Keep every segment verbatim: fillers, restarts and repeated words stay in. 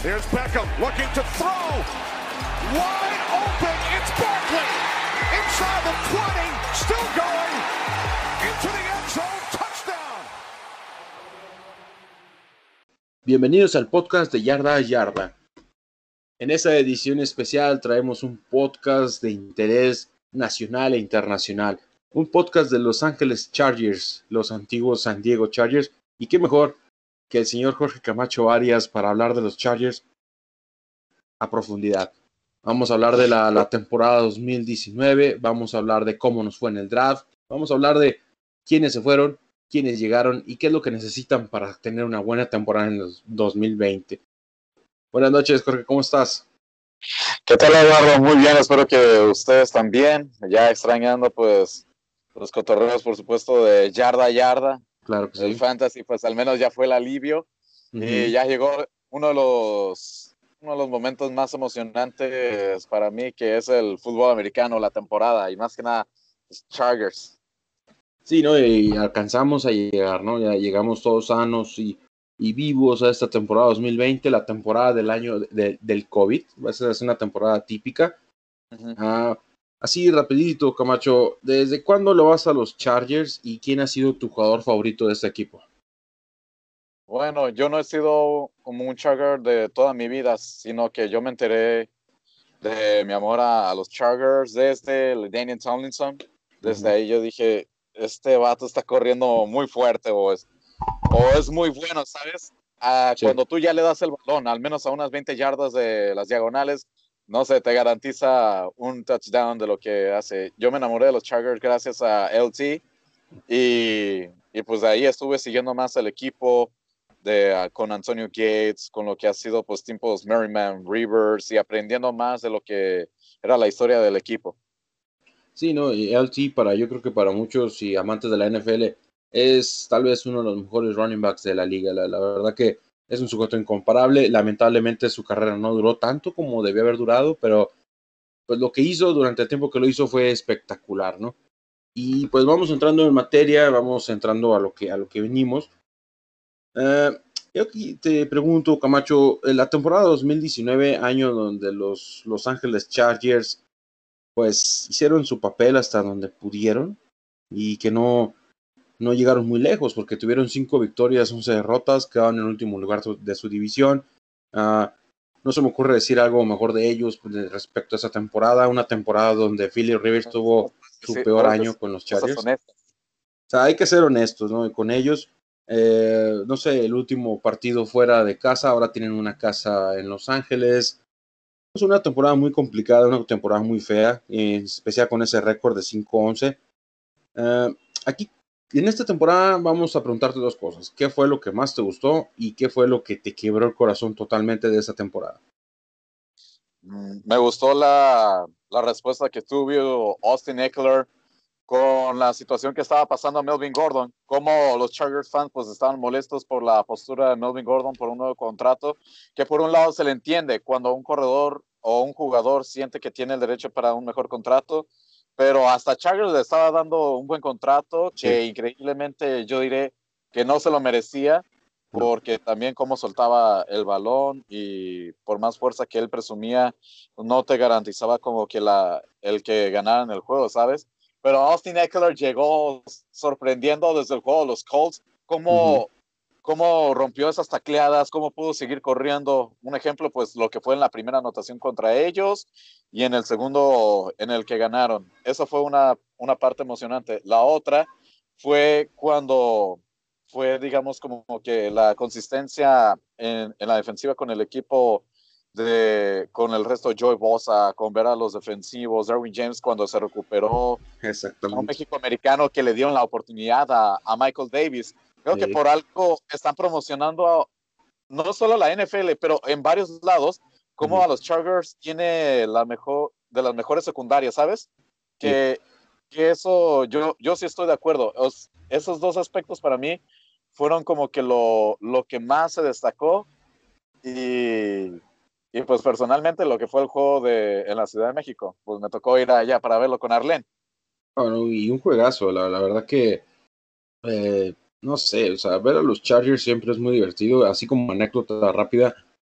Here's Beckham looking to throw. Wide open. It's Barkley. Inside the twenty. Still going. Into the end zone. Touchdown. Bienvenidos al podcast de Yarda a Yarda. En esta edición especial traemos un podcast de interés nacional e internacional. Un podcast de Los Ángeles Chargers, los antiguos San Diego Chargers. Y qué mejor que el señor Jorge Camacho Arias para hablar de los Chargers a profundidad. Vamos a hablar de la, la temporada dos mil diecinueve, vamos a hablar de cómo nos fue en el draft, vamos a hablar de quiénes se fueron, quiénes llegaron y qué es lo que necesitan para tener una buena temporada en los dos mil veinte. Buenas noches, Jorge, ¿cómo estás? ¿Qué tal, Eduardo? Muy bien, espero que ustedes también, ya extrañando pues los cotorreos, por supuesto, de yarda a yarda. Claro que sí. El fantasy, pues al menos ya fue el alivio. Uh-huh. Y ya llegó uno de los uno de los momentos más emocionantes para mí, que es el fútbol americano, la temporada, y más que nada, los Chargers. Sí, ¿no? Y alcanzamos a llegar, ¿no? Ya llegamos todos sanos y, y vivos a esta temporada dos mil veinte, la temporada del año de, del COVID. Va a ser una temporada típica. Uh-huh. Ah, así, rapidito, Camacho, ¿desde cuándo lo vas a los Chargers y quién ha sido tu jugador favorito de este equipo? Bueno, yo no he sido como un Charger de toda mi vida, sino que yo me enteré de mi amor a, a los Chargers desde Daniel Tomlinson. Desde uh-huh. ahí yo dije, este vato está corriendo muy fuerte o es, o es muy bueno, ¿sabes? Ah, sí. Cuando tú ya le das el balón, al menos a unas veinte yardas de las diagonales, no sé, te garantiza un touchdown de lo que hace. Yo me enamoré de los Chargers gracias a L T y, y pues de ahí estuve siguiendo más el equipo de, uh, con Antonio Gates, con lo que ha sido pues tiempos Merriman, Rivers y aprendiendo más de lo que era la historia del equipo. Sí, no, y L T para, yo creo que para muchos y amantes de la N F L es tal vez uno de los mejores running backs de la liga. La, la verdad que es un sujeto incomparable. Lamentablemente su carrera no duró tanto como debió haber durado, pero pues lo que hizo durante el tiempo que lo hizo fue espectacular, ¿no? Y pues vamos entrando en materia, vamos entrando a lo que, a lo que venimos. Uh, yo aquí te pregunto, Camacho, en la temporada dos mil diecinueve, año donde los Los Ángeles Chargers pues hicieron su papel hasta donde pudieron y que no, no llegaron muy lejos porque tuvieron cinco victorias, once derrotas, quedaron en el último lugar de su división. Uh, no se me ocurre decir algo mejor de ellos respecto a esa temporada, una temporada donde Philip Rivers tuvo su sí, peor año es, con los Chargers. O sea, hay que ser honestos, ¿no? Con ellos, eh, no sé, el último partido fuera de casa, ahora tienen una casa en Los Ángeles. Es una temporada muy complicada, una temporada muy fea, en especial con ese récord de cinco once. Uh, aquí, en esta temporada, vamos a preguntarte dos cosas. ¿Qué fue lo que más te gustó y qué fue lo que te quebró el corazón totalmente de esta temporada? Me gustó la, la respuesta que tuvo Austin Ekeler con la situación que estaba pasando a Melvin Gordon, como los Chargers fans pues estaban molestos por la postura de Melvin Gordon por un nuevo contrato, que por un lado se le entiende cuando un corredor o un jugador siente que tiene el derecho para un mejor contrato, pero hasta Chargers le estaba dando un buen contrato sí. que increíblemente yo diré que no se lo merecía, porque también como soltaba el balón y por más fuerza que él presumía, no te garantizaba como que la, el que ganara en el juego, ¿sabes? Pero Austin Ekeler llegó sorprendiendo desde el juego de los Colts, cómo, uh-huh. cómo rompió esas tacleadas, cómo pudo seguir corriendo. Un ejemplo, pues lo que fue en la primera anotación contra ellos y en el segundo en el que ganaron. Eso fue una, una parte emocionante. La otra fue cuando fue, digamos, como que la consistencia en, en la defensiva con el equipo de, con el resto de Joey Bosa, con ver a los defensivos, Derwin James cuando se recuperó, exactamente, un México-americano que le dieron la oportunidad a, a Michael Davis. Creo sí. que por algo están promocionando a, no solo la N F L, pero en varios lados, como uh-huh. a los Chargers tiene la mejor, de las mejores secundarias, ¿sabes? Que, sí. que eso, yo, yo sí estoy de acuerdo. Os, esos dos aspectos para mí fueron como que lo, lo que más se destacó y... Y pues personalmente lo que fue el juego de, en la Ciudad de México, pues me tocó ir allá para verlo con Arlen. Bueno, y un juegazo, la, la verdad que, eh, no sé, o sea, ver a los Chargers siempre es muy divertido, así como anécdota rápida.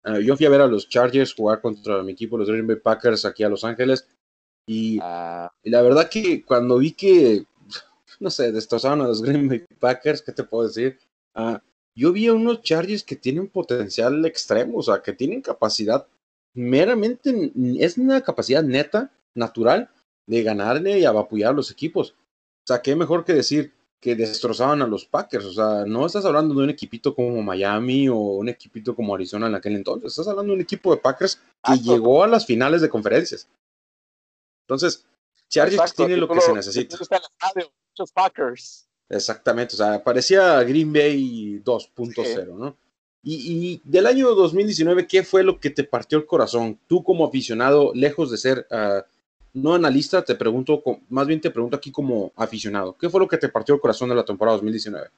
Uh, yo fui a ver a los Chargers jugar contra mi equipo, los Green Bay Packers, aquí a Los Ángeles. Y, uh... y la verdad que cuando vi que, no sé, destrozaron a los Green Bay Packers, ¿qué te puedo decir? Uh, yo vi a unos Chargers que tienen potencial extremo, o sea, que tienen capacidad meramente, es una capacidad neta, natural, de ganarle y avapullar a los equipos. O sea, qué mejor que decir que destrozaban a los Packers. O sea, no estás hablando de un equipito como Miami o un equipito como Arizona en aquel entonces. Estás hablando de un equipo de Packers que Exacto. llegó a las finales de conferencias. Entonces, Chargers Exacto. tiene lo que lo, se necesita. Muchos Packers. Exactamente, o sea, parecía Green Bay dos punto cero, sí. ¿no? Y, y del año dos mil diecinueve, ¿qué fue lo que te partió el corazón? Tú como aficionado, lejos de ser... Uh, no analista, te pregunto, más bien te pregunto aquí como aficionado, ¿qué fue lo que te partió el corazón de la temporada dos mil diecinueve?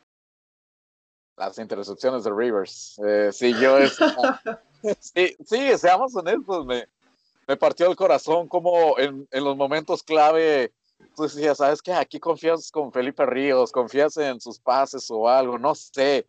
Las intercepciones de Rivers. Eh, sí, yo es, sí, sí, seamos honestos, me, me partió el corazón como en, en los momentos clave, tú decías, ¿sabes qué? Aquí confías con Felipe Ríos, confías en sus pases o algo, no sé,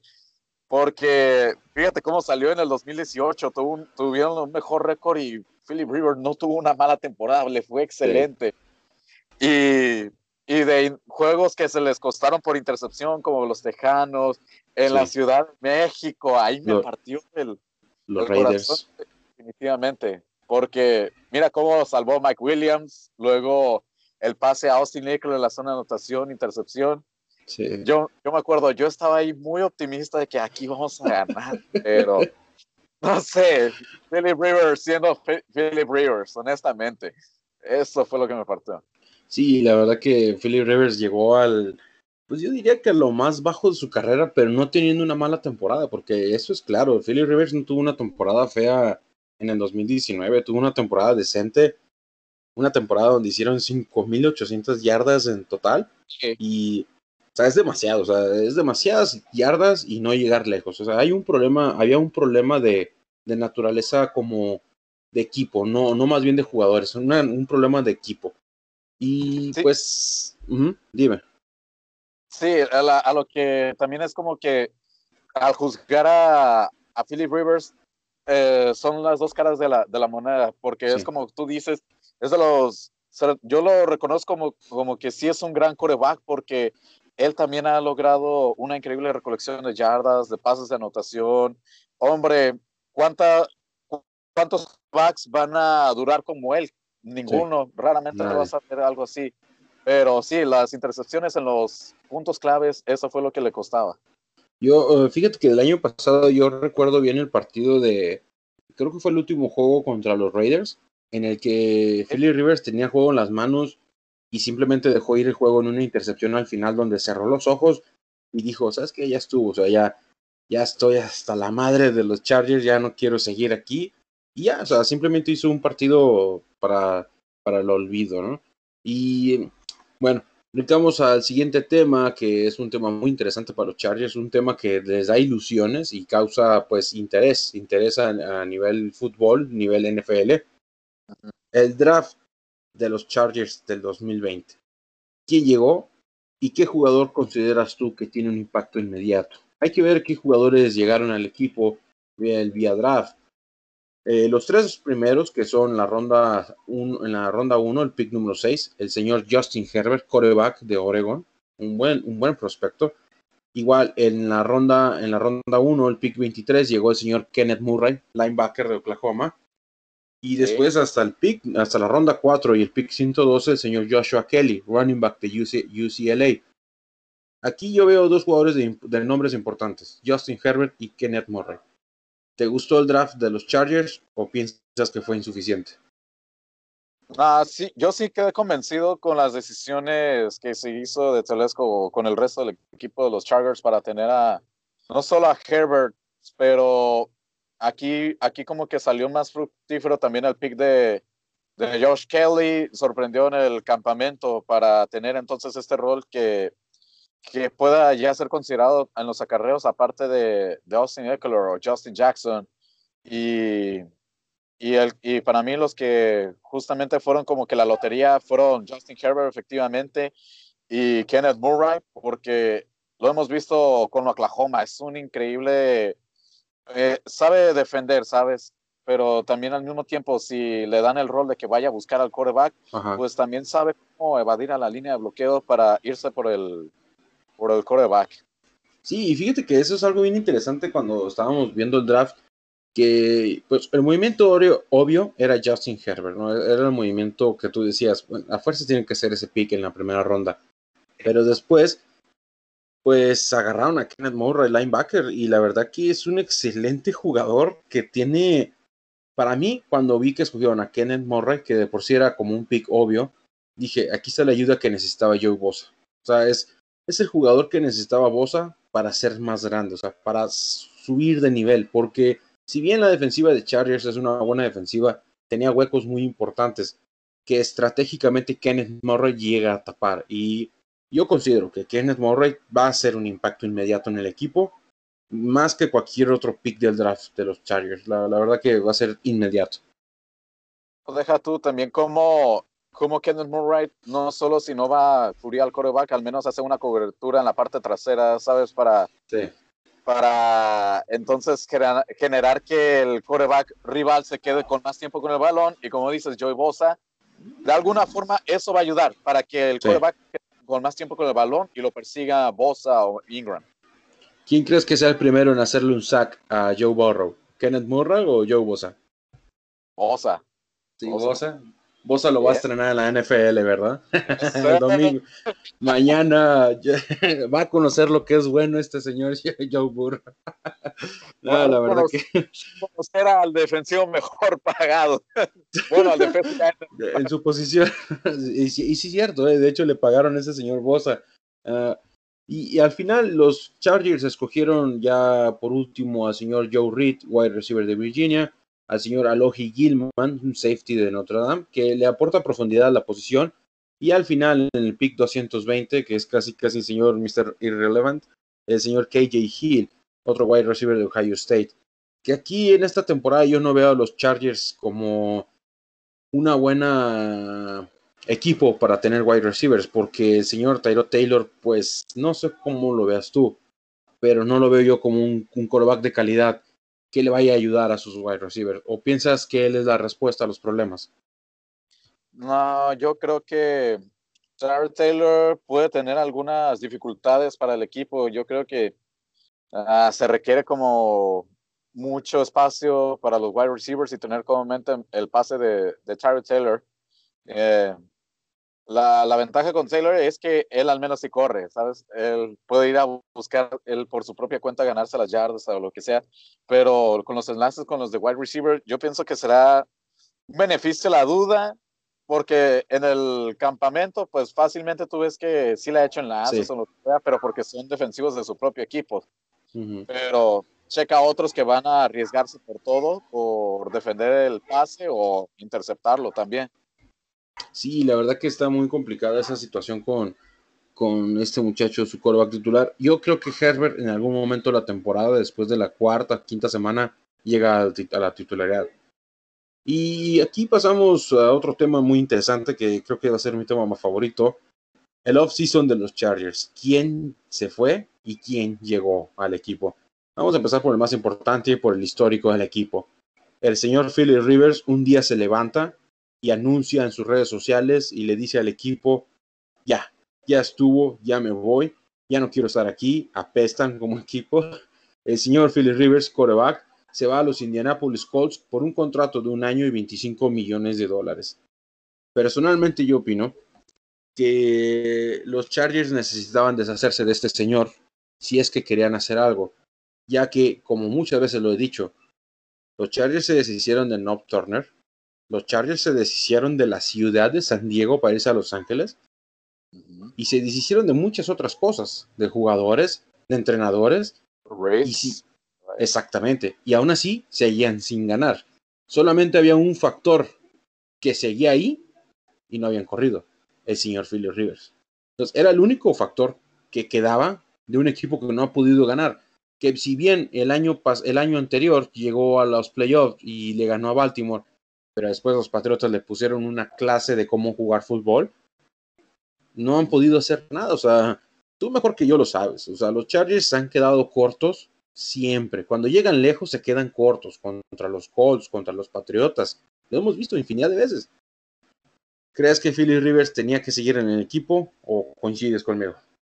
porque fíjate cómo salió en el dos mil dieciocho, tuvo, tuvieron un mejor récord y Philip Rivers no tuvo una mala temporada, le fue excelente. Sí. Y, y de juegos que se les costaron por intercepción, como los Tejanos, en sí. la Ciudad de México, ahí me Lo, partió el, los el Raiders. corazón, definitivamente. Porque mira cómo salvó Mike Williams, luego el pase a Austin Ekeler en la zona de anotación, intercepción. Sí. Yo, yo me acuerdo, yo estaba ahí muy optimista de que aquí vamos a ganar, pero... No sé, Philip Rivers siendo Philip Rivers, honestamente. Eso fue lo que me partió. Sí, la verdad que Philip Rivers llegó al, pues yo diría que a lo más bajo de su carrera, pero no teniendo una mala temporada, porque eso es claro, Philip Rivers no tuvo una temporada fea en el dos mil diecinueve, tuvo una temporada decente, una temporada donde hicieron cinco mil ochocientas yardas en total, sí. y, o sea, es demasiado, o sea, es demasiadas yardas y no llegar lejos, o sea, hay un problema, había un problema de, de naturaleza como de equipo, no, no más bien de jugadores, una, un problema de equipo. Y sí. pues, uh-huh, dime. Sí, a, la, a lo que también es como que al juzgar a, a Philip Rivers, eh, son las dos caras de la, de la moneda, porque sí. es como tú dices, es de los, yo lo reconozco como, como que sí es un gran quarterback, porque él también ha logrado una increíble recolección de yardas, de pases de anotación. Hombre, ¿cuánta, ¿cuántos backs van a durar como él? Ninguno, sí. raramente Nadie. vas a ver algo así. Pero sí, las intercepciones en los puntos claves, eso fue lo que le costaba. Yo, uh, fíjate que el año pasado yo recuerdo bien el partido de, creo que fue el último juego contra los Raiders, en el que ¿Sí? Philip Rivers tenía juego en las manos y simplemente dejó ir el juego en una intercepción al final donde cerró los ojos y dijo, ¿sabes qué? Ya estuvo, o sea, ya, ya estoy hasta la madre de los Chargers, ya no quiero seguir aquí. Y ya, o sea, simplemente hizo un partido para, para el olvido, ¿no? Y bueno, brincamos al siguiente tema, que es un tema muy interesante para los Chargers, un tema que les da ilusiones y causa pues interés, interés a, a nivel fútbol, nivel N F L. El draft de los Chargers del dos mil veinte. ¿Quién llegó y qué jugador consideras tú que tiene un impacto inmediato? Hay que ver qué jugadores llegaron al equipo vía el vía draft. Eh, los tres primeros, que son la ronda uno, en la ronda uno, el pick número seis, el señor Justin Herbert, quarterback de Oregon, un buen, un buen prospecto. Igual en la ronda en la ronda uno, el pick veintitrés, llegó el señor Kenneth Murray, linebacker de Oklahoma. Y sí. después hasta el pick, hasta la ronda cuatro y el pick ciento doce, el señor Joshua Kelly, running back de U C L A. Aquí yo veo dos jugadores de, de nombres importantes, Justin Herbert y Kenneth Murray. ¿Te gustó el draft de los Chargers o piensas que fue insuficiente? Ah, sí, yo sí quedé convencido con las decisiones que se hizo de Telesco con el resto del equipo de los Chargers para tener a no solo a Herbert, pero aquí, aquí como que salió más fructífero también el pick de, de Josh Kelly, sorprendió en el campamento para tener entonces este rol que, que pueda ya ser considerado en los acarreos aparte de, de Austin Ekeler o Justin Jackson. Y Y, el, y para mí los que justamente fueron como que la lotería fueron Justin Herbert efectivamente y Kenneth Murray, porque lo hemos visto con Oklahoma, es un increíble, eh, sabe, sabe defender, ¿sabes? Pero también al mismo tiempo, si le dan el rol de que vaya a buscar al quarterback, Ajá. pues también sabe cómo evadir a la línea de bloqueo para irse por el, por el quarterback. Sí, y fíjate que eso es algo bien interesante cuando estábamos viendo el draft, que pues el movimiento obvio, obvio era Justin Herbert, ¿no? Era el movimiento que tú decías, bueno, a fuerza tienen que hacer ese pick en la primera ronda. Pero después, pues agarraron a Kenneth Murray, linebacker, y la verdad que es un excelente jugador que tiene, para mí, cuando vi que escogieron a Kenneth Murray, que de por sí era como un pick obvio, dije, aquí está la ayuda que necesitaba Joey Bosa. O sea, es, es el jugador que necesitaba Bosa para ser más grande, o sea, para subir de nivel, porque si bien la defensiva de Chargers es una buena defensiva, tenía huecos muy importantes que estratégicamente Kenneth Murray llega a tapar, y yo considero que Kenneth Murray va a ser un impacto inmediato en el equipo, más que cualquier otro pick del draft de los Chargers. La, la verdad que va a ser inmediato. Pues deja tú también cómo, cómo Kenneth Murray no solo si no va a cubrir al quarterback, al menos hace una cobertura en la parte trasera, ¿sabes? Para, Sí. para entonces generar, generar que el quarterback rival se quede con más tiempo con el balón, y como dices, Joey Bosa, de alguna forma eso va a ayudar para que el Sí. quarterback quede con más tiempo con el balón y lo persiga Bosa o Ingram. ¿Quién crees que sea el primero en hacerle un sack a Joe Burrow? ¿Kenneth Murray o Joe Bosa? Bosa. Sí, Bosa. Bosa lo va a Yeah. estrenar en la N F L, ¿verdad? Yes, El domingo. Mañana va a conocer lo que es bueno este señor Joe Burrow. No, la verdad que conocer al defensivo mejor pagado. Bueno, al defensivo. En su posición. y, y sí, es cierto, ¿eh? De hecho le pagaron a ese señor Bosa. Uh, y, y al final los Chargers escogieron ya por último al señor Joe Reed, wide receiver de Virginia, al señor Alohi Gilman, un safety de Notre Dame, que le aporta profundidad a la posición. Y al final, en el pick doscientos veinte, que es casi casi el señor mister Irrelevant, el señor K J Hill, otro wide receiver de Ohio State. Que aquí en esta temporada yo no veo a los Chargers como una buena equipo para tener wide receivers, porque el señor Tyrod Taylor, pues no sé cómo lo veas tú, pero no lo veo yo como un, un quarterback de calidad que le vaya a ayudar a sus wide receivers. ¿O piensas que él es la respuesta a los problemas? No, yo creo que Tyrod Taylor puede tener algunas dificultades para el equipo. Yo creo que uh, se requiere como mucho espacio para los wide receivers y tener como mente el pase de, de Tyrod Taylor. Eh, la, la ventaja con Taylor es que él al menos sí corre, ¿sabes? Él puede ir a buscar él por su propia cuenta ganarse las yardas o lo que sea, pero con los enlaces con los de wide receiver, yo pienso que será un beneficio a la duda, porque en el campamento, pues fácilmente tú ves que sí le ha hecho enlaces Sí. o lo que sea, pero porque son defensivos de su propio equipo. Uh-huh. Pero checa a otros que van a arriesgarse por todo, por defender el pase o interceptarlo también. Sí, la verdad que está muy complicada esa situación con, con este muchacho, su quarterback titular. Yo creo que Herbert en algún momento de la temporada, después de la cuarta, quinta semana, llega a la titularidad. Y aquí pasamos a otro tema muy interesante que creo que va a ser mi tema más favorito, el off-season de los Chargers. ¿Quién se fue y quién llegó al equipo? Vamos a empezar por el más importante y por el histórico del equipo. El señor Philip Rivers un día se levanta y anuncia en sus redes sociales y le dice al equipo, ya, ya estuvo, ya me voy, ya no quiero estar aquí, apestan como equipo. El señor Philip Rivers, quarterback, se va a los Indianapolis Colts por un contrato de un año y veinticinco millones de dólares. Personalmente yo opino que los Chargers necesitaban deshacerse de este señor si es que querían hacer algo, ya que, como muchas veces lo he dicho, los Chargers se deshicieron de Knob Turner, los Chargers se deshicieron de la ciudad de San Diego para irse a Los Ángeles, uh-huh. y se deshicieron de muchas otras cosas, de jugadores, de entrenadores, y sí, exactamente, y aún así seguían sin ganar. Solamente había un factor que seguía ahí y no habían corrido, el señor Philip Rivers. Entonces era el único factor que quedaba de un equipo que no ha podido ganar, que si bien el año, el año anterior llegó a los playoffs y le ganó a Baltimore, pero después los Patriotas le pusieron una clase de cómo jugar fútbol, no han podido hacer nada. O sea, tú mejor que yo lo sabes, o sea, los Chargers se han quedado cortos Siempre. Cuando llegan lejos se quedan cortos contra los Colts, contra los Patriotas. Lo hemos visto infinidad de veces. ¿Crees que Philip Rivers tenía que seguir en el equipo o coincides conmigo?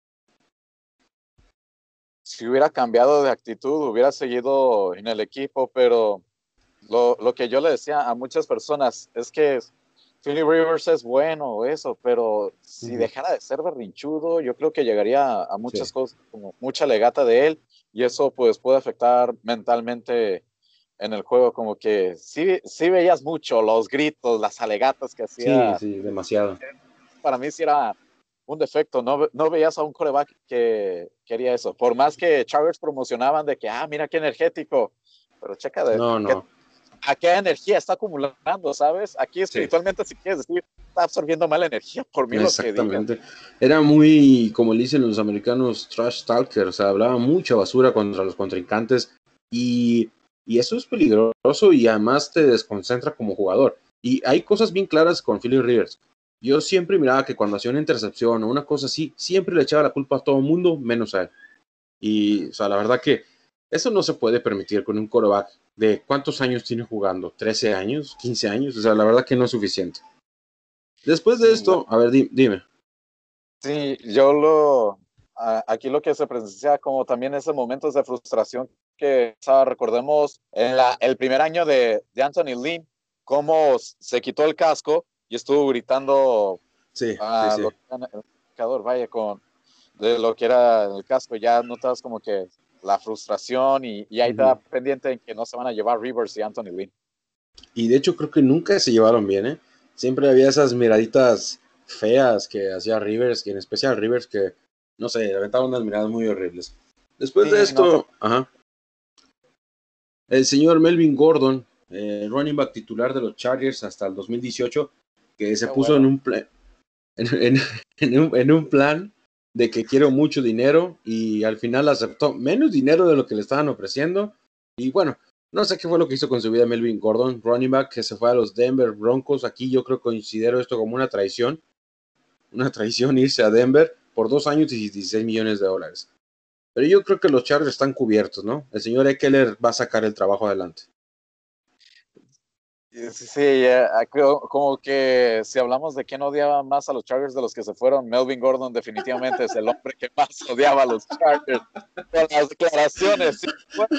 Si hubiera cambiado de actitud, hubiera seguido en el equipo, pero lo, lo que yo le decía a muchas personas es que Philip Rivers es bueno, eso, pero si uh-huh. dejara de ser berrinchudo, yo creo que llegaría a muchas sí. cosas, como mucha legata de él, y eso pues puede afectar mentalmente en el juego, como que sí, sí veías mucho los gritos, las alegatas que hacía. Sí, sí, demasiado. Para mí sí era un defecto, no, no veías a un quarterback que quería eso, por más que Chargers promocionaban de que, ah, mira qué energético, pero checa de no, no. Qué, a qué energía está acumulando, ¿sabes? Aquí espiritualmente, sí. si quieres decir, está absorbiendo mala energía por mí lo que diga. Exactamente. Era muy, como le dicen los americanos, trash talker, o sea, hablaba mucha basura contra los contrincantes y, y eso es peligroso y además te desconcentra como jugador. Y hay cosas bien claras con Philip Rivers. Yo siempre miraba que cuando hacía una intercepción o una cosa así, siempre le echaba la culpa a todo el mundo, menos a él. Y, o sea, la verdad que eso no se puede permitir con un quarterback de ¿cuántos años tiene jugando? ¿trece años? ¿quince años? O sea, la verdad que no es suficiente. Después de esto, a ver, di, dime. Sí, yo lo... A, aquí lo que se presencia como también esos momentos de frustración que, o sea, recordemos en la, el primer año de, de Anthony Lynn, cómo se quitó el casco y estuvo gritando sí, a sí, lo sí. que era el marcador, vaya, con de lo que era el casco, ya notas como que la frustración y, y ahí uh-huh. está pendiente en que no se van a llevar Rivers y Anthony Lynn. Y de hecho creo que nunca se llevaron bien, ¿eh? Siempre había esas miraditas feas que hacía Rivers, y en especial Rivers, que, no sé, aventaba unas miradas muy horribles. Después sí, de esto, no, ajá, el señor Melvin Gordon, eh, running back titular de los Chargers hasta el dos mil dieciocho, que se puso bueno. en, un pla- en, en, en, un, en un plan de que quiero mucho dinero y al final aceptó menos dinero de lo que le estaban ofreciendo. Y bueno, no sé qué fue lo que hizo con su vida Melvin Gordon, running back que se fue a los Denver Broncos. Aquí yo creo que considero esto como una traición. Una traición irse a Denver por dos años y dieciséis millones de dólares. Pero yo creo que los Chargers están cubiertos, ¿no? El señor Ekeler va a sacar el trabajo adelante. Sí, como que si hablamos de quién odiaba más a los Chargers de los que se fueron, Melvin Gordon definitivamente es el hombre que más odiaba a los Chargers. Con las declaraciones, ¿sí?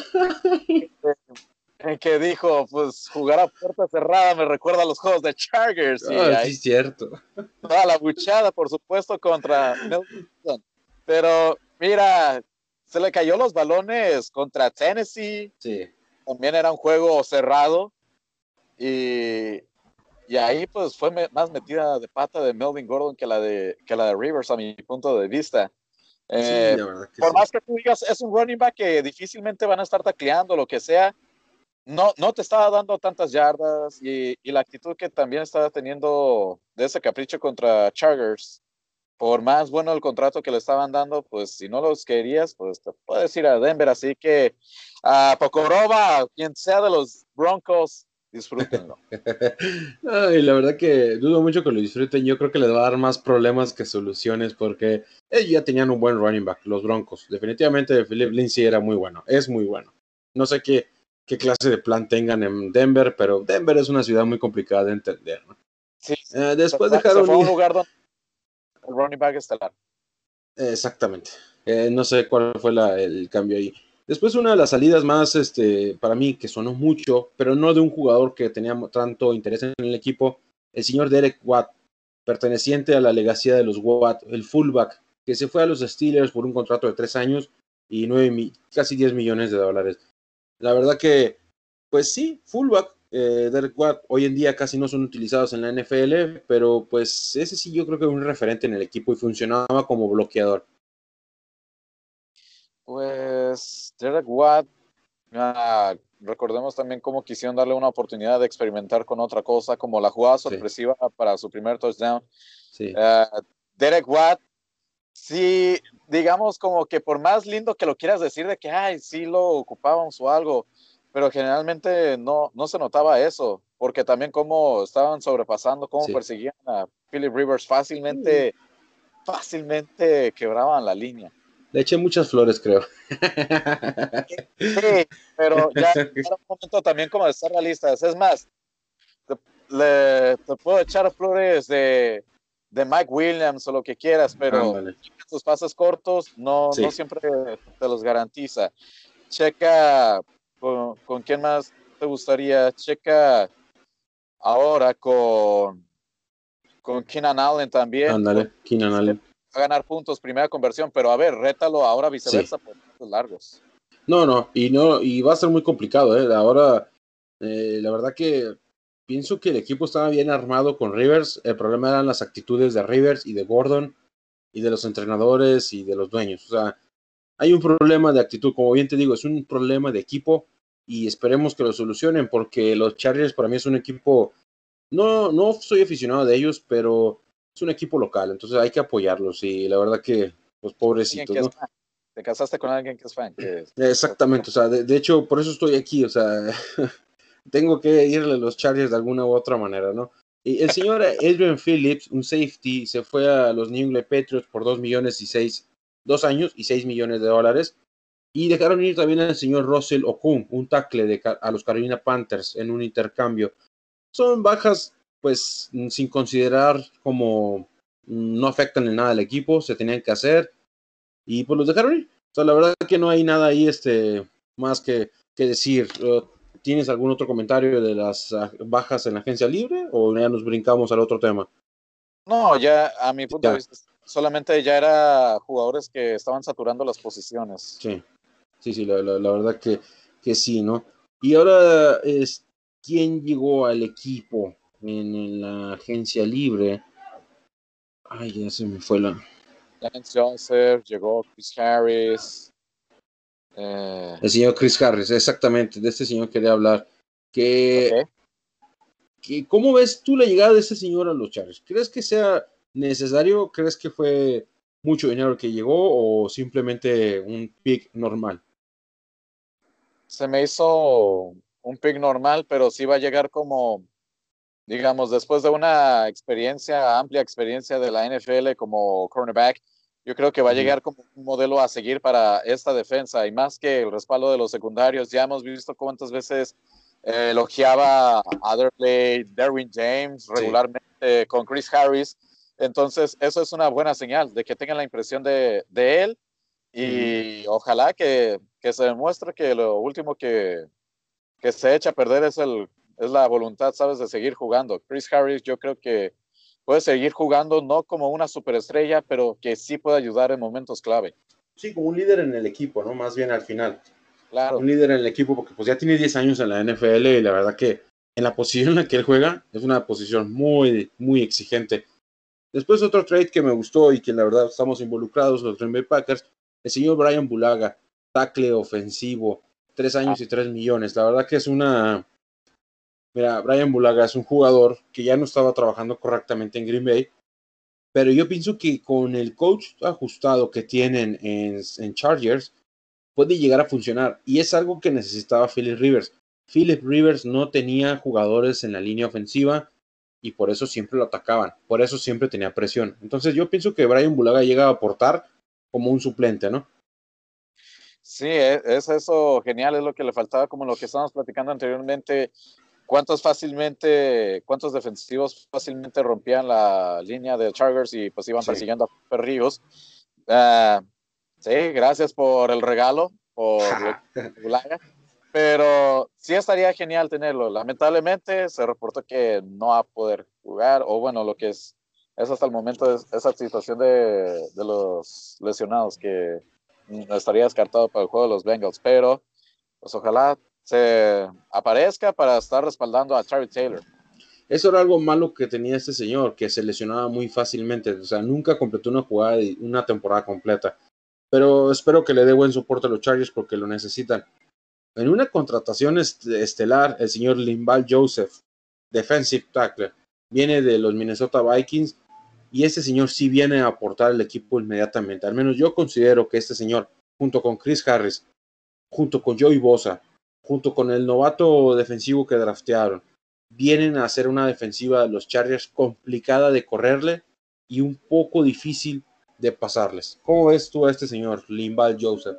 En que dijo, pues jugar a puerta cerrada me recuerda a los juegos de Chargers. Y ah, ahí, sí, cierto. Toda la buchada, por supuesto, contra Melvin Gordon. Pero mira, se le cayó los balones contra Tennessee. Sí. También era un juego cerrado. Y, y ahí pues fue me, más metida de pata de Melvin Gordon que la de, que la de Rivers a mi punto de vista. Eh, sí, la verdad que por sí. más que tú digas, es un running back que difícilmente van a estar tacleando, lo que sea, no, no te estaba dando tantas yardas y, y la actitud que también estaba teniendo de ese capricho contra Chargers, por más bueno el contrato que le estaban dando, pues si no los querías, pues te puedes ir a Denver. Así que a Pocoroba, quien sea de los Broncos, disfrútenlo. Ay, la verdad que dudo mucho que lo disfruten. Yo creo que les va a dar más problemas que soluciones porque ellos ya tenían un buen running back, los Broncos. Definitivamente Philip Lindsay era muy bueno, es muy bueno. No sé qué, qué clase de plan tengan en Denver, pero Denver es una ciudad muy complicada de entender, ¿no? Sí, eh, después se, dejaron se fue a un lugar donde el running back estelar. Exactamente. Eh, no sé cuál fue la, el cambio ahí. Después una de las salidas más, este, para mí, que sonó mucho, pero no de un jugador que tenía tanto interés en el equipo, el señor Derek Watt, perteneciente a la legacía de los Watt, el fullback, que se fue a los Steelers por un contrato de tres años y nueve, casi diez millones de dólares. La verdad que, pues sí, fullback, eh, Derek Watt, hoy en día casi no son utilizados en la N F L, pero pues ese sí yo creo que es un referente en el equipo y funcionaba como bloqueador. Pues Derek Watt, ah, recordemos también cómo quisieron darle una oportunidad de experimentar con otra cosa, como la jugada sorpresiva sí. para su primer touchdown. Sí. Uh, Derek Watt, sí, digamos como que por más lindo que lo quieras decir de que, ay, sí lo ocupábamos o algo, pero generalmente no, no se notaba eso, porque también cómo estaban sobrepasando, cómo sí. perseguían a Philip Rivers fácilmente, sí. fácilmente quebraban la línea. Le eché muchas flores, creo. Sí, pero ya era un momento también como de ser realistas. Es más, te, le, te puedo echar flores de, de Mike Williams o lo que quieras, pero Ándale. sus pases cortos no, Sí. no siempre te los garantiza. Checa con, con quién más te gustaría. Checa ahora con, con Keenan Allen también. Ándale, Con, Keenan Allen. a ganar puntos, primera conversión, pero a ver, rétalo ahora Sí. viceversa por puntos largos. No, no, y no, y va a ser muy complicado, ¿eh? Ahora, eh, la verdad que pienso que el equipo estaba bien armado con Rivers. El problema eran las actitudes de Rivers y de Gordon y de los entrenadores y de los dueños. O sea, hay un problema de actitud, como bien te digo, es un problema de equipo y esperemos que lo solucionen porque los Chargers para mí es un equipo, no, no soy aficionado de ellos, pero es un equipo local, entonces hay que apoyarlos y la verdad que, pues pobrecitos, ¿no? Te casaste con alguien que es fan. Que... Exactamente, o sea, de, de hecho, por eso estoy aquí, o sea, tengo que irle a los Chargers de alguna u otra manera, ¿no? Y el señor Adrian Phillips, un safety, se fue a los New England Patriots por dos millones y seis, dos años y seis millones de dólares. Y dejaron ir también al señor Russell Okung, un tackle de, a los Carolina Panthers en un intercambio. Son bajas, pues, sin considerar como no afectan en nada al equipo, se tenían que hacer y pues los dejaron ir. O sea, la verdad que no hay nada ahí este, más que, que decir. ¿Tienes algún otro comentario de las bajas en la agencia libre o ya nos brincamos al otro tema? No, ya a mi punto ya. de vista, solamente ya era jugadores que estaban saturando las posiciones. Sí, sí, sí, la, la, la verdad que, que sí, ¿no? Y ahora, es, ¿quién llegó al equipo en, en la agencia libre? Ay, ya se me fue la... Lance Joseph, llegó Chris Harris. Eh... El señor Chris Harris, exactamente, de este señor quería hablar. Que, Okay. que, ¿Cómo ves tú la llegada de este señor a los Chargers? ¿Crees que sea necesario? ¿Crees que fue mucho dinero que llegó o simplemente un pick normal? Se me hizo un pick normal, pero sí va a llegar como, digamos, después de una experiencia, amplia experiencia de la N F L como cornerback, yo creo que va a llegar como un modelo a seguir para esta defensa y más que el respaldo de los secundarios. Ya hemos visto cuántas veces eh, elogiaba a Adderley, Derwin James regularmente sí. con Chris Harris. Entonces, eso es una buena señal de que tengan la impresión de, de él y uh-huh. ojalá que, que se demuestre que lo último que, que se echa a perder es, el, es la voluntad, ¿sabes?, de seguir jugando. Chris Harris yo creo que puede seguir jugando no como una superestrella, pero que sí puede ayudar en momentos clave. Sí, como un líder en el equipo, ¿no? Más bien al final. Claro. Un líder en el equipo porque pues ya tiene diez años en la N F L y la verdad que en la posición en la que él juega es una posición muy, muy exigente. Después otro trade que me gustó y que la verdad estamos involucrados, los Green Bay Packers, el señor Brian Bulaga, tackle ofensivo, tres años ah. y tres millones. La verdad que es una... Mira, Brian Bulaga es un jugador que ya no estaba trabajando correctamente en Green Bay, pero yo pienso que con el coach ajustado que tienen en, en Chargers, puede llegar a funcionar. Y es algo que necesitaba Philip Rivers. Philip Rivers no tenía jugadores en la línea ofensiva y por eso siempre lo atacaban. Por eso siempre tenía presión. Entonces yo pienso que Brian Bulaga llega a aportar como un suplente, ¿no? Sí, es eso genial, es lo que le faltaba, como lo que estábamos platicando anteriormente. ¿Cuántos fácilmente, cuántos defensivos fácilmente rompían la línea de Chargers y pues iban sí. persiguiendo a perrillos? Uh, sí, gracias por el regalo, por Bulaga. Pero sí estaría genial tenerlo. Lamentablemente se reportó que no va a poder jugar, o bueno, lo que es, es hasta el momento es esa situación de, de los lesionados que estaría descartado para el juego de los Bengals, pero pues ojalá se aparezca para estar respaldando a Tyrod Taylor. Eso era algo malo que tenía este señor, que se lesionaba muy fácilmente, o sea, nunca completó una jugada y una temporada completa. Pero espero que le dé buen soporte a los Chargers porque lo necesitan. En una contratación est- estelar, el señor Linval Joseph, defensive tackle, viene de los Minnesota Vikings y este señor sí viene a aportar al equipo inmediatamente. Al menos yo considero que este señor, junto con Chris Harris, junto con Joey Bosa, junto con el novato defensivo que draftearon, vienen a hacer una defensiva de los Chargers complicada de correrle y un poco difícil de pasarles. ¿Cómo ves tú a este señor, Linval Joseph?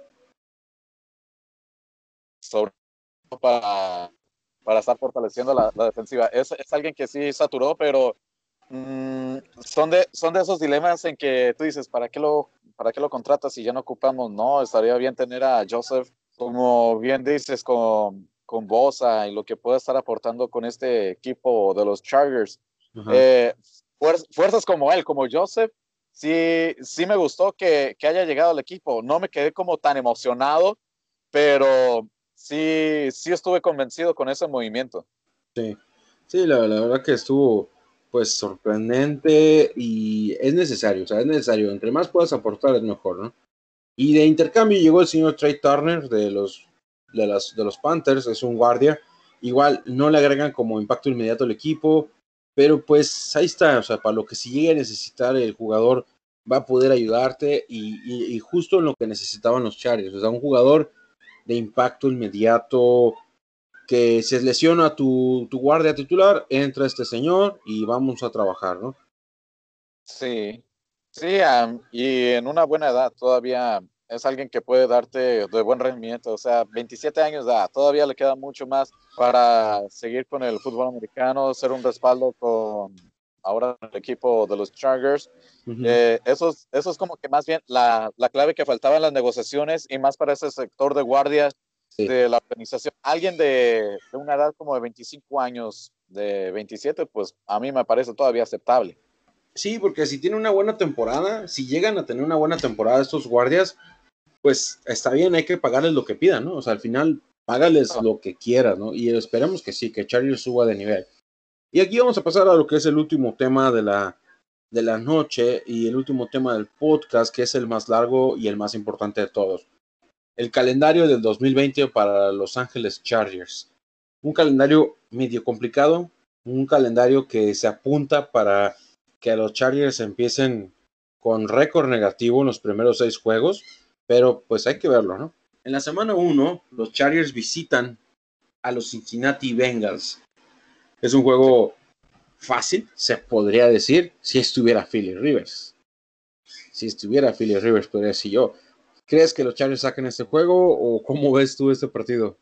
Sobre todo para, para estar fortaleciendo la, la defensiva. Es, es alguien que sí saturó, pero mm, son, de, son de esos dilemas en que tú dices, ¿para qué lo, para qué lo contratas si ya no ocupamos? No, estaría bien tener a Joseph, como bien dices, con, con Bosa y lo que puede estar aportando con este equipo de los Chargers. Ajá. Eh, fuer- fuerzas como él, como Joseph, sí, sí me gustó que, que haya llegado al equipo. No me quedé como tan emocionado, pero sí, sí estuve convencido con ese movimiento. Sí, sí, la, la verdad que estuvo pues sorprendente y es necesario, o sea, es necesario. Entre más puedas aportar es mejor, ¿no? Y de intercambio llegó el señor Trey Turner de los, de, las, de los Panthers, es un guardia. Igual no le agregan como impacto inmediato al equipo, pero pues ahí está, o sea, para lo que si llegue a necesitar el jugador va a poder ayudarte y, y, y justo en lo que necesitaban los Chargers, o sea, un jugador de impacto inmediato que se lesiona tu, tu guardia titular, entra este señor y vamos a trabajar, ¿no? Sí, sí, um, y en una buena edad todavía es alguien que puede darte de buen rendimiento, o sea, veintisiete años de edad, todavía le queda mucho más para seguir con el fútbol americano, ser un respaldo con ahora el equipo de los Chargers. Uh-huh. Eh, eso, es, eso es como que más bien la, la clave que faltaba en las negociaciones y más para ese sector de guardias Sí. de la organización. Alguien de, de una edad como de veinticinco años, de veintisiete, pues a mí me parece todavía aceptable. Sí, porque si tiene una buena temporada, si llegan a tener una buena temporada estos guardias, pues está bien, hay que pagarles lo que pidan, ¿no? O sea, al final, págales lo que quieras, ¿no? Y esperemos que sí, que Chargers suba de nivel. Y aquí vamos a pasar a lo que es el último tema de la, de la noche y el último tema del podcast, que es el más largo y el más importante de todos. El calendario del dos mil veinte para Los Ángeles Chargers. Un calendario medio complicado, un calendario que se apunta para que los Chargers empiecen con récord negativo en los primeros seis juegos, pero pues hay que verlo, ¿no? En la semana uno, los Chargers visitan a los Cincinnati Bengals. Es un juego fácil, se podría decir, si estuviera Philly Rivers. Si estuviera Philly Rivers, podría decir yo. ¿Crees que los Chargers saquen este juego o cómo ves tú este partido?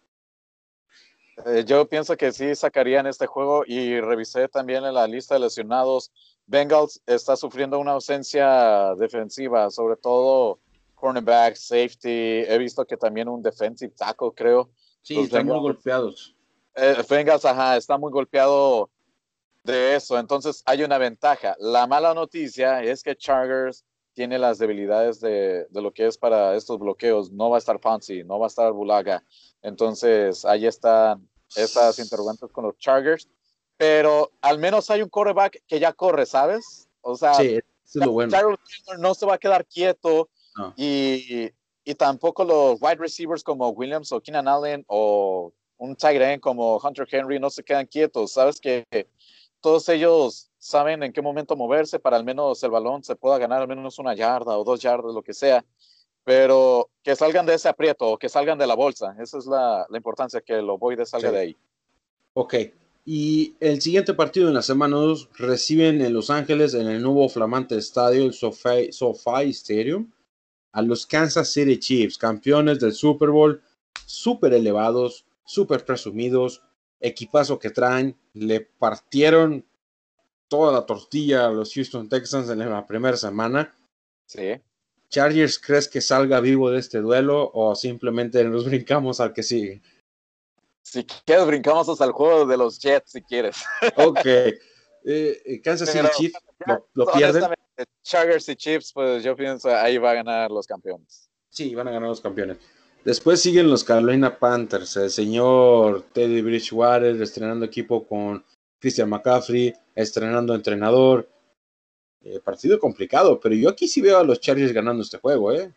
Eh, yo pienso que sí sacarían este juego y revisé también en la lista de lesionados. Bengals está sufriendo una ausencia defensiva, sobre todo cornerback, safety. He visto que también un defensive tackle, creo. Sí, Los están muy Bengals, golpeados. eh, Bengals, ajá, está muy golpeado de eso. Entonces hay una ventaja. La mala noticia es que Chargers tiene las debilidades de, de lo que es para estos bloqueos. No va a estar Ponzi, no va a estar Bulaga. Entonces ahí están estas interrogantes con los Chargers. Pero al menos hay un quarterback que ya corre, ¿sabes? O sea, Sí, eso es lo bueno. Tyrell no se va a quedar quieto No. y, y tampoco los wide receivers como Williams o Keenan Allen o un tight end como Hunter Henry no se quedan quietos. Sabes que todos ellos saben en qué momento moverse para al menos el balón se pueda ganar al menos una yarda o dos yardas, lo que sea, pero que salgan de ese aprieto o que salgan de la bolsa. Esa es la, la importancia, que el ovoide salga Sí. de ahí. Ok. Y el siguiente partido en la semana dos reciben en Los Ángeles, en el nuevo flamante estadio, el SoFi, SoFi Stadium, a los Kansas City Chiefs, campeones del Super Bowl, súper elevados, súper presumidos, equipazo que traen, le partieron toda la tortilla a los Houston Texans en la primera semana. Sí. Chargers, ¿crees que salga vivo de este duelo o simplemente nos brincamos al que sigue? Si quieres, brincamos hasta el juego de los Jets, si quieres. Ok. Eh, Kansas City Pero Chiefs ya, lo, lo pierden. honestamente, Chargers y Chiefs, pues yo pienso ahí va a ganar los campeones. Sí, van a ganar los campeones. Después siguen los Carolina Panthers. El señor Teddy Bridgewater estrenando equipo con Christian McCaffrey, estrenando entrenador. Eh, partido complicado, pero yo aquí sí veo a los Chargers ganando este juego, ¿eh?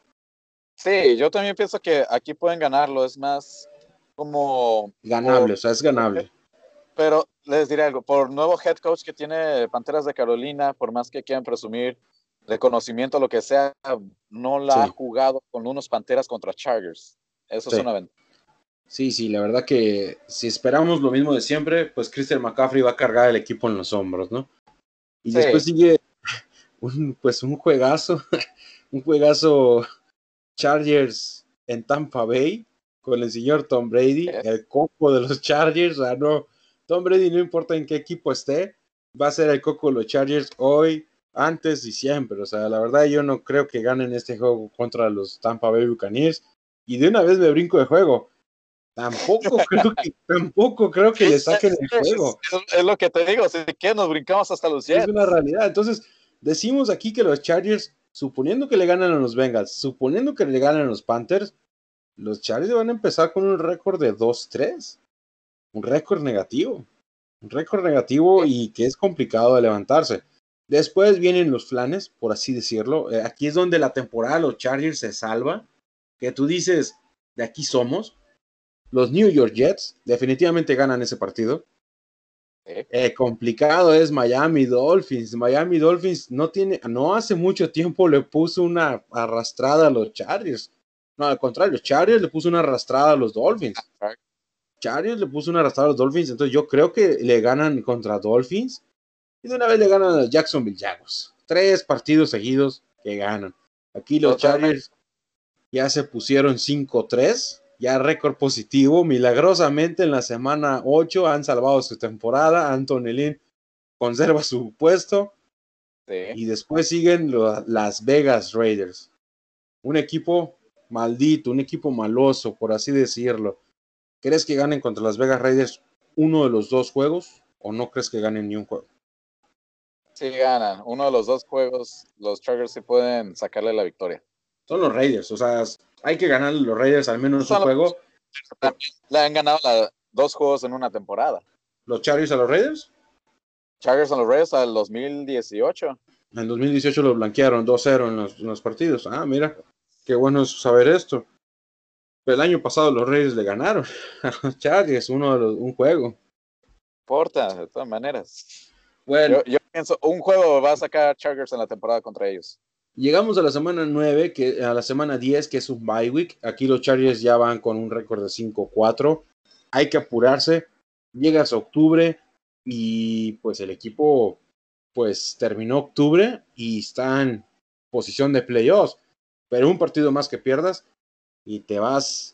Sí, yo también pienso que aquí pueden ganarlo. Es más como Ganable, por, o sea, es por ganable. pero les diré algo, por nuevo head coach que tiene Panteras de Carolina, por más que quieran presumir de conocimiento, lo que sea, no la ha Sí, jugado con unos Panteras contra Chargers. Eso es sí. una ventaja. Sí, sí, la verdad que si esperamos lo mismo de siempre, pues Christian McCaffrey va a cargar el equipo en los hombros, ¿no? Y después Sí, sigue un, pues un juegazo, un juegazo Chargers en Tampa Bay con el señor Tom Brady, Yes. el coco de los Chargers. O sea, no, Tom Brady no importa en qué equipo esté, va a ser el coco de los Chargers hoy, antes y siempre. O sea, la verdad yo no creo que ganen este juego contra los Tampa Bay Buccaneers. Y de una vez me brinco de juego. Tampoco creo que, tampoco creo que le saquen el juego. Es, es, es lo que te digo, así que nos brincamos hasta los Jets. Es una realidad. Entonces, decimos aquí que los Chargers, suponiendo que le ganan a los Bengals, suponiendo que le ganan a los Panthers, los Chargers van a empezar con un récord de dos tres. Un récord negativo. Un récord negativo y que es complicado de levantarse. Después vienen los flanes, por así decirlo. Eh, aquí es donde la temporada de los Chargers se salva. Que tú dices, de aquí somos. Los New York Jets definitivamente ganan ese partido. Eh, complicado es Miami Dolphins. Miami Dolphins no tiene, no hace mucho tiempo le puso una arrastrada a los Chargers. No, al contrario, Chargers le puso una arrastrada a los Dolphins. Chargers le puso una arrastrada a los Dolphins. Entonces yo creo que le ganan contra Dolphins. Y de una vez le ganan a los Jacksonville Jaguars. Tres partidos seguidos que ganan. Aquí los Chargers ya se pusieron cinco tres. Ya récord positivo, milagrosamente en la semana ocho han salvado su temporada. Anthony Lynn conserva su puesto. Sí. Y después siguen los Las Vegas Raiders. Un equipo maldito, un equipo maloso, por así decirlo. ¿Crees que ganen contra las Vegas Raiders uno de los dos juegos o no crees que ganen ni un juego? Sí ganan, uno de los dos juegos, los Chargers sí pueden sacarle la victoria. Son los Raiders, o sea, hay que ganar los Raiders al menos un juego. Le han ganado la, dos juegos en una temporada. ¿Los Chargers a los Raiders? Chargers a los Raiders al dos mil dieciocho. En dos mil dieciocho los blanquearon dos cero en los, en los partidos. Ah, mira, qué bueno es saber esto. Pero el año pasado los Raiders le ganaron a los Chargers uno de los, un juego. Importa, de todas maneras. Bueno, yo, yo pienso, un juego va a sacar Chargers en la temporada contra ellos. Llegamos a la semana nueve, que, a la semana diez, que es un bye week. Aquí los Chargers ya van con un récord de cinco cuatro. Hay que apurarse. Llegas a octubre y pues el equipo pues terminó octubre y está en posición de playoffs. Pero un partido más que pierdas y te vas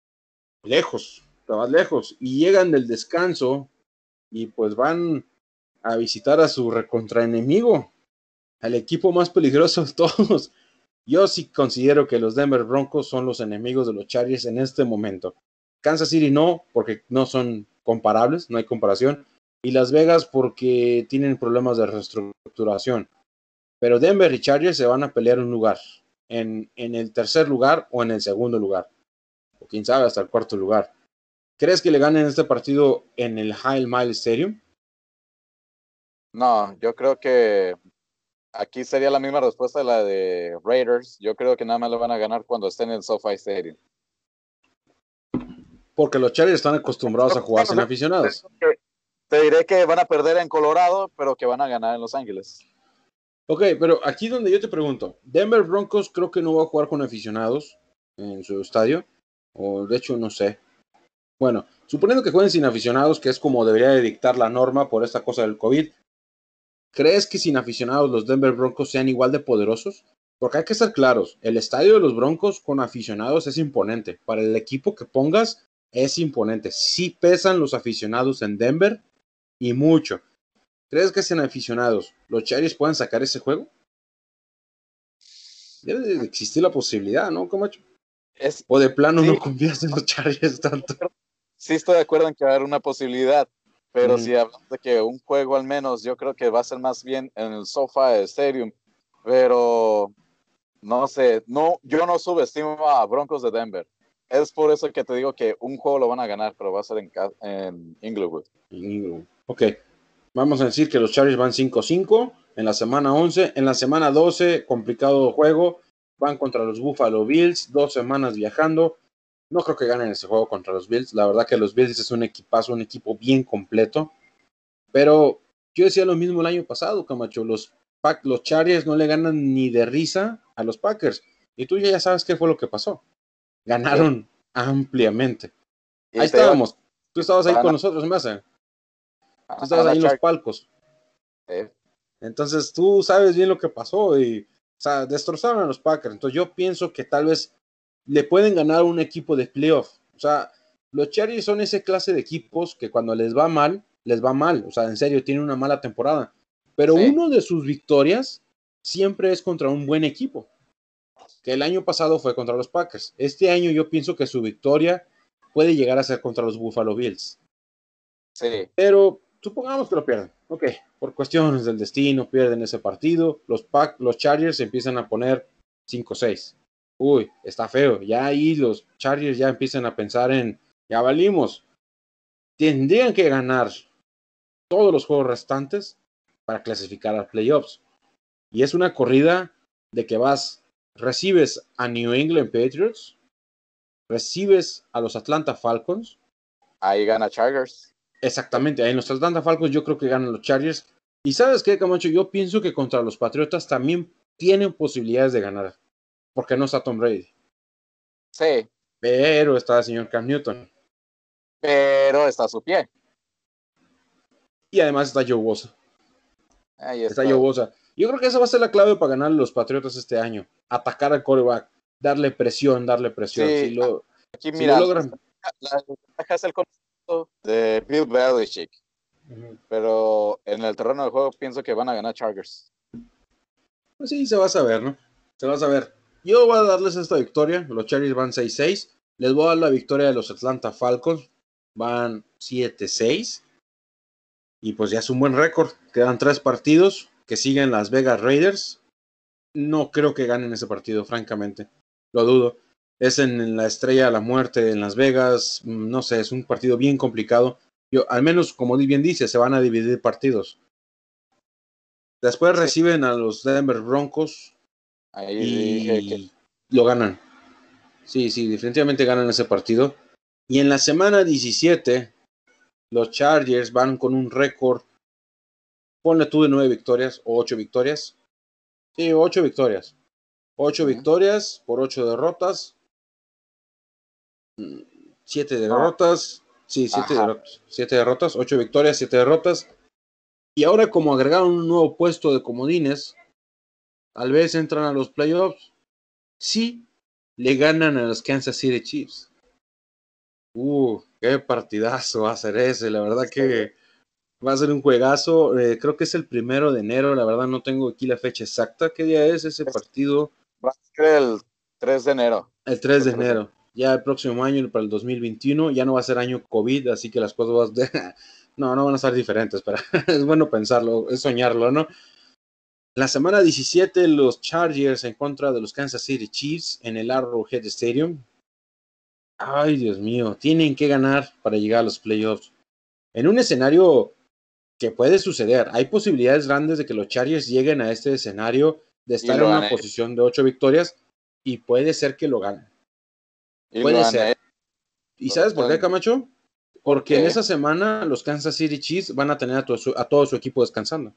lejos, te vas lejos. Y llegan del descanso y pues van a visitar a su recontraenemigo, al equipo más peligroso de todos. Yo sí considero que los Denver Broncos son los enemigos de los Chargers en este momento. Kansas City no, porque no son comparables, no hay comparación. Y Las Vegas porque tienen problemas de reestructuración. Pero Denver y Chargers se van a pelear un lugar. En, en el tercer lugar o en el segundo lugar. O quién sabe, hasta el cuarto lugar. ¿Crees que le ganen este partido en el High Mile Stadium? No, yo creo que aquí sería la misma respuesta de la de Raiders. Yo creo que nada más lo van a ganar cuando estén en el SoFi Stadium. Porque los Chargers están acostumbrados a jugar sin aficionados. Te diré que van a perder en Colorado, pero que van a ganar en Los Ángeles. Ok, pero aquí donde yo te pregunto, Denver Broncos creo que no va a jugar con aficionados en su estadio, o de hecho no sé. Bueno, suponiendo que jueguen sin aficionados, que es como debería de dictar la norma por esta cosa del COVID, ¿crees que sin aficionados los Denver Broncos sean igual de poderosos? Porque hay que ser claros, el estadio de los Broncos con aficionados es imponente. Para el equipo que pongas es imponente. Sí pesan los aficionados en Denver y mucho. ¿Crees que sin aficionados los Chargers puedan sacar ese juego? Debe de existir la posibilidad, ¿no, Camacho? Es, o de plano sí, no confías en los Chargers tanto. Sí estoy de acuerdo en que va a haber una posibilidad, pero mm. si hablamos de que un juego al menos, yo creo que va a ser más bien en el SoFi Stadium, pero no sé, no, yo no subestimo a Broncos de Denver. Es por eso que te digo que un juego lo van a ganar, pero va a ser en, en Inglewood. Ok, vamos a decir que los Chargers van cinco cinco en la semana once. En la semana doce, complicado juego, van contra los Buffalo Bills, dos semanas viajando. No creo que ganen ese juego contra los Bills. La verdad que los Bills es un equipazo, un equipo bien completo. Pero yo decía lo mismo el año pasado, Camacho. Los, Pack, los Chargers no le ganan ni de risa a los Packers. Y tú ya sabes qué fue lo que pasó. Ganaron sí. ampliamente. Ahí estábamos. Tú estabas ahí con nosotros, me hace. Tú estabas ahí en los palcos. Sí. Entonces tú sabes bien lo que pasó y, o sea, destrozaron a los Packers. Entonces yo pienso que tal vez le pueden ganar un equipo de playoff. O sea, los Chargers son ese clase de equipos que cuando les va mal, les va mal. O sea, en serio, tienen una mala temporada. Pero Sí. uno de sus victorias siempre es contra un buen equipo. Que el año pasado fue contra los Packers. Este año yo pienso que su victoria puede llegar a ser contra los Buffalo Bills. Sí. Pero supongamos que lo pierden. Ok, por cuestiones del destino pierden ese partido. Los, Pack, los Chargers empiezan a poner cinco seis. Uy, está feo. Ya ahí los Chargers ya empiezan a pensar en, ya valimos. Tendrían que ganar todos los juegos restantes para clasificar a playoffs. Y es una corrida de que vas, recibes a New England Patriots, recibes a los Atlanta Falcons. Ahí gana Chargers. Exactamente, ahí en los Atlanta Falcons yo creo que ganan los Chargers. Y ¿sabes qué, Camacho? Yo pienso que contra los Patriotas también tienen posibilidades de ganar, porque no está Tom Brady. Sí. Pero está el señor Cam Newton. Pero está a su pie. Y además está Joe Bosa. Ahí está. Está Joe Bosa. Yo creo que esa va a ser la clave para ganar los Patriotas este año. Atacar al quarterback, darle presión, darle presión. Sí, si lo, aquí si mira, lo logran. la ventaja es el concepto de Bill Belichick. Uh-huh. Pero en el terreno del juego pienso que van a ganar Chargers. Pues sí, se va a saber, ¿no? Se va a saber. Yo voy a darles esta victoria. Los Chargers van seis seis. Les voy a dar la victoria de los Atlanta Falcons. Van siete seis. Y pues ya es un buen récord. Quedan tres partidos que siguen Las Vegas Raiders. No creo que ganen ese partido, francamente. Lo dudo. Es en, en la Estrella de la Muerte en Las Vegas. No sé, es un partido bien complicado. Yo, al menos, como bien dice, se van a dividir partidos. Después sí. Reciben a los Denver Broncos. Ahí y dije que lo ganan. Sí, sí, definitivamente ganan ese partido. Y en la semana diecisiete, los Chargers van con un récord. Ponle tú de nueve victorias o ocho victorias. Sí, ocho victorias. Ocho uh-huh. victorias por ocho derrotas. Siete derrotas. Oh. Sí, siete derrotas. Siete derrotas, ocho victorias, siete derrotas. Y ahora, como agregaron un nuevo puesto de comodines, tal vez entran a los playoffs. Sí, le ganan a los Kansas City Chiefs. Uh, qué partidazo va a ser ese. La verdad que va a ser un juegazo. Eh, creo que es el primero de enero. La verdad no tengo aquí la fecha exacta. ¿Qué día es ese partido? Va a ser el tres de enero. El tres de enero. Ya el próximo año, para el dos mil veintiuno, ya no va a ser año COVID, así que las cosas van a... no, no van a ser diferentes, pero es bueno pensarlo, es soñarlo, ¿no? La semana diecisiete, los Chargers en contra de los Kansas City Chiefs en el Arrowhead Stadium. Ay, Dios mío, tienen que ganar para llegar a los playoffs. En un escenario que puede suceder, hay posibilidades grandes de que los Chargers lleguen a este escenario de estar en una gané. posición de ocho victorias y puede ser que lo ganen. Y puede ser. Gané. ¿Y sabes por qué, Camacho? Porque ¿Qué? En esa semana los Kansas City Chiefs van a tener a, tu, a todo su equipo descansando.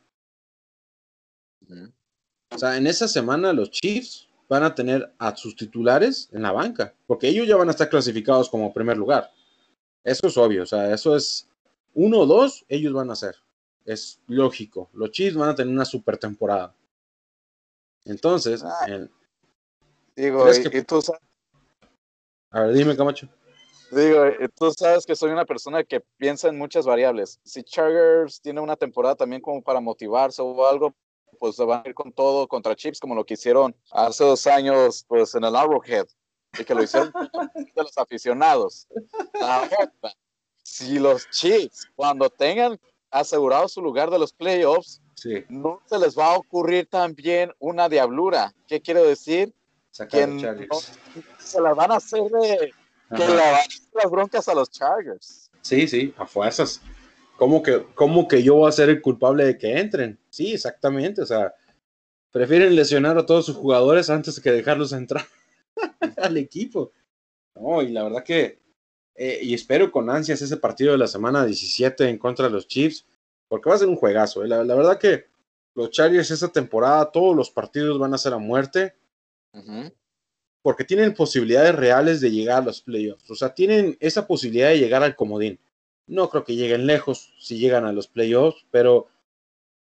Uh-huh. O sea, en esa semana los Chiefs van a tener a sus titulares en la banca, porque ellos ya van a estar clasificados como primer lugar. Eso es obvio, o sea, eso es uno o dos, ellos van a ser. Es lógico. Los Chiefs van a tener una super temporada. Entonces, ah, el, digo, y, que... y tú sabes. A ver, dime, Camacho. Digo, tú sabes que soy una persona que piensa en muchas variables. Si Chargers tiene una temporada también como para motivarse o algo, pues se van a ir con todo contra Chiefs como lo que hicieron hace dos años pues en el Arrowhead y que lo hicieron de los aficionados. Ahora, si los Chiefs cuando tengan asegurado su lugar de los playoffs, sí. no se les va a ocurrir también una diablura. ¿Qué quiero decir? Sacar que no, se la van a hacer de que le van a hacer las broncas a los Chargers. Sí, sí, a fuerzas. ¿Cómo que, cómo que yo voy a ser el culpable de que entren? Sí, exactamente. O sea, prefieren lesionar a todos sus jugadores antes que dejarlos entrar al equipo. No, y la verdad que, eh, y espero con ansias ese partido de la semana diecisiete en contra de los Chiefs, porque va a ser un juegazo. Eh. La, la verdad que los Chargers esta temporada, todos los partidos van a ser a muerte. Uh-huh. Porque tienen posibilidades reales de llegar a los playoffs. O sea, tienen esa posibilidad de llegar al comodín. No creo que lleguen lejos si llegan a los playoffs, pero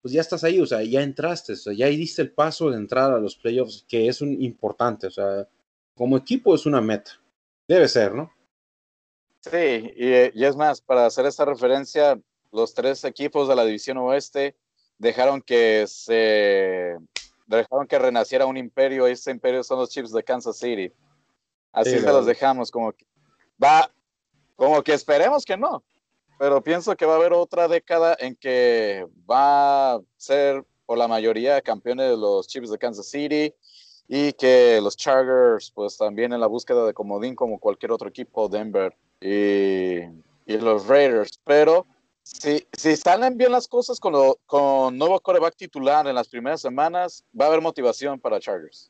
pues ya estás ahí, o sea, ya entraste, o sea, ya diste el paso de entrar a los playoffs, que es un importante, o sea, como equipo es una meta, debe ser, ¿no? Sí, y, y es más, para hacer esta referencia, los tres equipos de la División Oeste dejaron que se dejaron que renaciera un imperio, y ese imperio son los Chiefs de Kansas City. Así Sí, se la los verdad. dejamos, como que va, como que esperemos que no, pero pienso que va a haber otra década en que va a ser por la mayoría campeones de los Chiefs de Kansas City y que los Chargers pues también en la búsqueda de comodín como cualquier otro equipo, Denver y, y los Raiders, pero si, si salen bien las cosas con, lo, con nuevo quarterback titular en las primeras semanas, va a haber motivación para Chargers.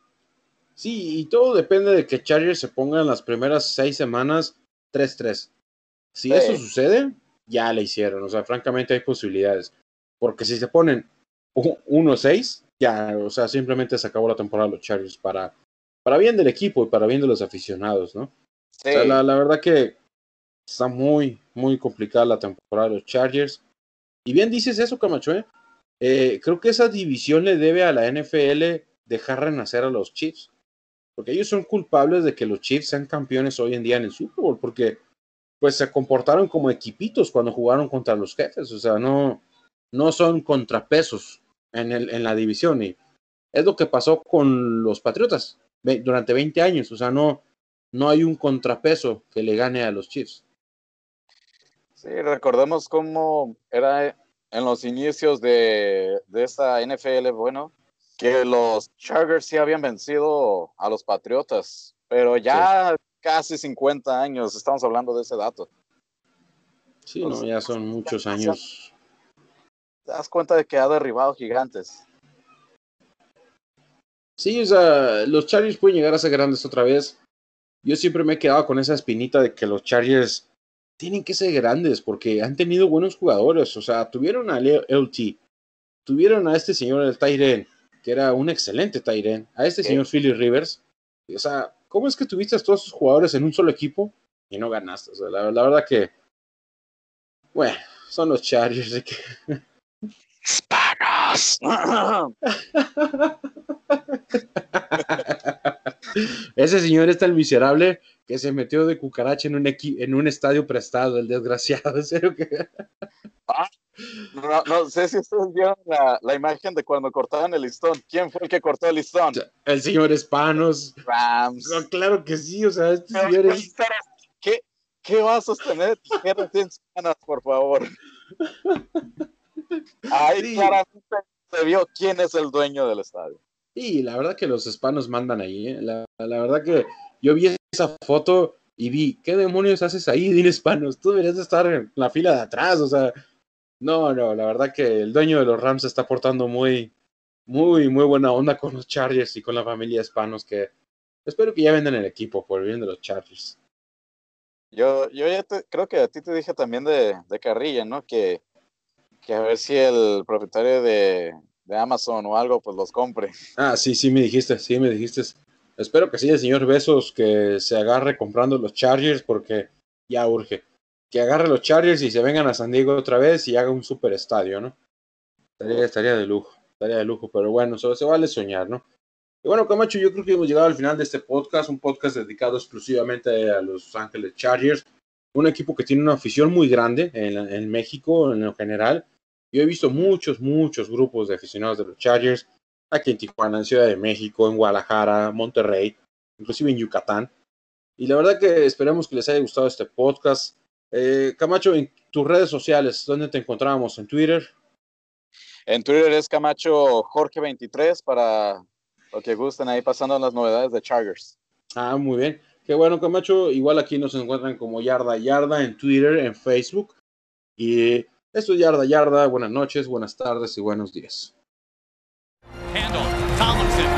Sí, y todo depende de que Chargers se ponga en las primeras seis semanas tres tres. Si Sí. eso sucede, ya le hicieron. O sea, francamente hay posibilidades. Porque si se ponen uno seis, ya, o sea, simplemente se acabó la temporada de los Chargers para, para bien del equipo y para bien de los aficionados, ¿no? Sí. O sea, la, la verdad que está muy, muy complicada la temporada de los Chargers. Y bien dices eso, Camacho, ¿eh? Eh, creo que esa división le debe a la N F L dejar renacer a los Chiefs. Porque ellos son culpables de que los Chiefs sean campeones hoy en día en el Super Bowl. Porque pues se comportaron como equipitos cuando jugaron contra los Jefes. O sea, no, no son contrapesos en, el, en la división. Y es lo que pasó con los Patriotas durante veinte años. O sea, no, no hay un contrapeso que le gane a los Chiefs. Sí, recordemos cómo era en los inicios de, de esta N F L, bueno, que los Chargers sí habían vencido a los Patriotas, pero ya sí. Casi cincuenta años, estamos hablando de ese dato. Sí, Entonces, no, ya son muchos años. Te das cuenta de que ha derribado gigantes. Sí, o sea, los Chargers pueden llegar a ser grandes otra vez. Yo siempre me he quedado con esa espinita de que los Chargers tienen que ser grandes porque han tenido buenos jugadores. O sea, tuvieron a L T, tuvieron a este señor, el tight end, que era un excelente tight end, a este ¿Qué? señor Philip Rivers. O sea, ¿cómo es que tuviste a todos esos jugadores en un solo equipo y no ganaste? O sea, la, la verdad que, bueno, son los Chargers. De que... ¡Hispanos! Ese señor es tan miserable que se metió de cucaracha en un, equi en un estadio prestado, el desgraciado. ¿En serio que? Ah, no, no sé si ustedes vieron la, la imagen de cuando cortaban el listón. ¿Quién fue el que cortó el listón? El señor Spanos. Rams. No, claro que sí, o sea, este señor es... ¿Qué, ¿Qué va a sostener? Tijeras cien semanas, por favor. Ahí sí. Claramente se vio quién es el dueño del estadio. Sí, la verdad que los hispanos mandan ahí, ¿eh? la, la verdad que yo vi esa foto y vi, ¿qué demonios haces ahí, Dean Spanos? Tú deberías estar en la fila de atrás, o sea, no, no, la verdad que el dueño de los Rams se está portando muy, muy, muy buena onda con los Chargers y con la familia Hispanos, que espero que ya vendan el equipo por el bien de los Chargers. Yo, yo ya te, creo que a ti te dije también de, de carrilla, ¿no? Que, que a ver si el propietario de, de Amazon o algo, pues los compre. Ah, sí, sí me dijiste, sí me dijiste. Espero que sí, el señor Besos que se agarre comprando los Chargers porque ya urge. Que agarre los Chargers y se vengan a San Diego otra vez y haga un super estadio, ¿no? Estaría, estaría de lujo, estaría de lujo, pero bueno, solo se vale soñar, ¿no? Y bueno, Camacho, yo creo que hemos llegado al final de este podcast, un podcast dedicado exclusivamente a los Ángeles Chargers, un equipo que tiene una afición muy grande en, en México en lo general. Yo he visto muchos, muchos grupos de aficionados de los Chargers, aquí en Tijuana, en Ciudad de México, en Guadalajara, Monterrey, inclusive en Yucatán. Y la verdad que esperamos que les haya gustado este podcast. Eh, Camacho, en tus redes sociales, ¿dónde te encontramos? ¿En Twitter? En Twitter es Camacho Jorge veintitrés para lo que gusten ahí pasando las novedades de Chargers. Ah, muy bien. Qué bueno, Camacho. Igual aquí nos encuentran como Yarda Yarda en Twitter, en Facebook. Y esto es Yarda Yarda. Buenas noches, buenas tardes y buenos días. Handle, Tomlinson.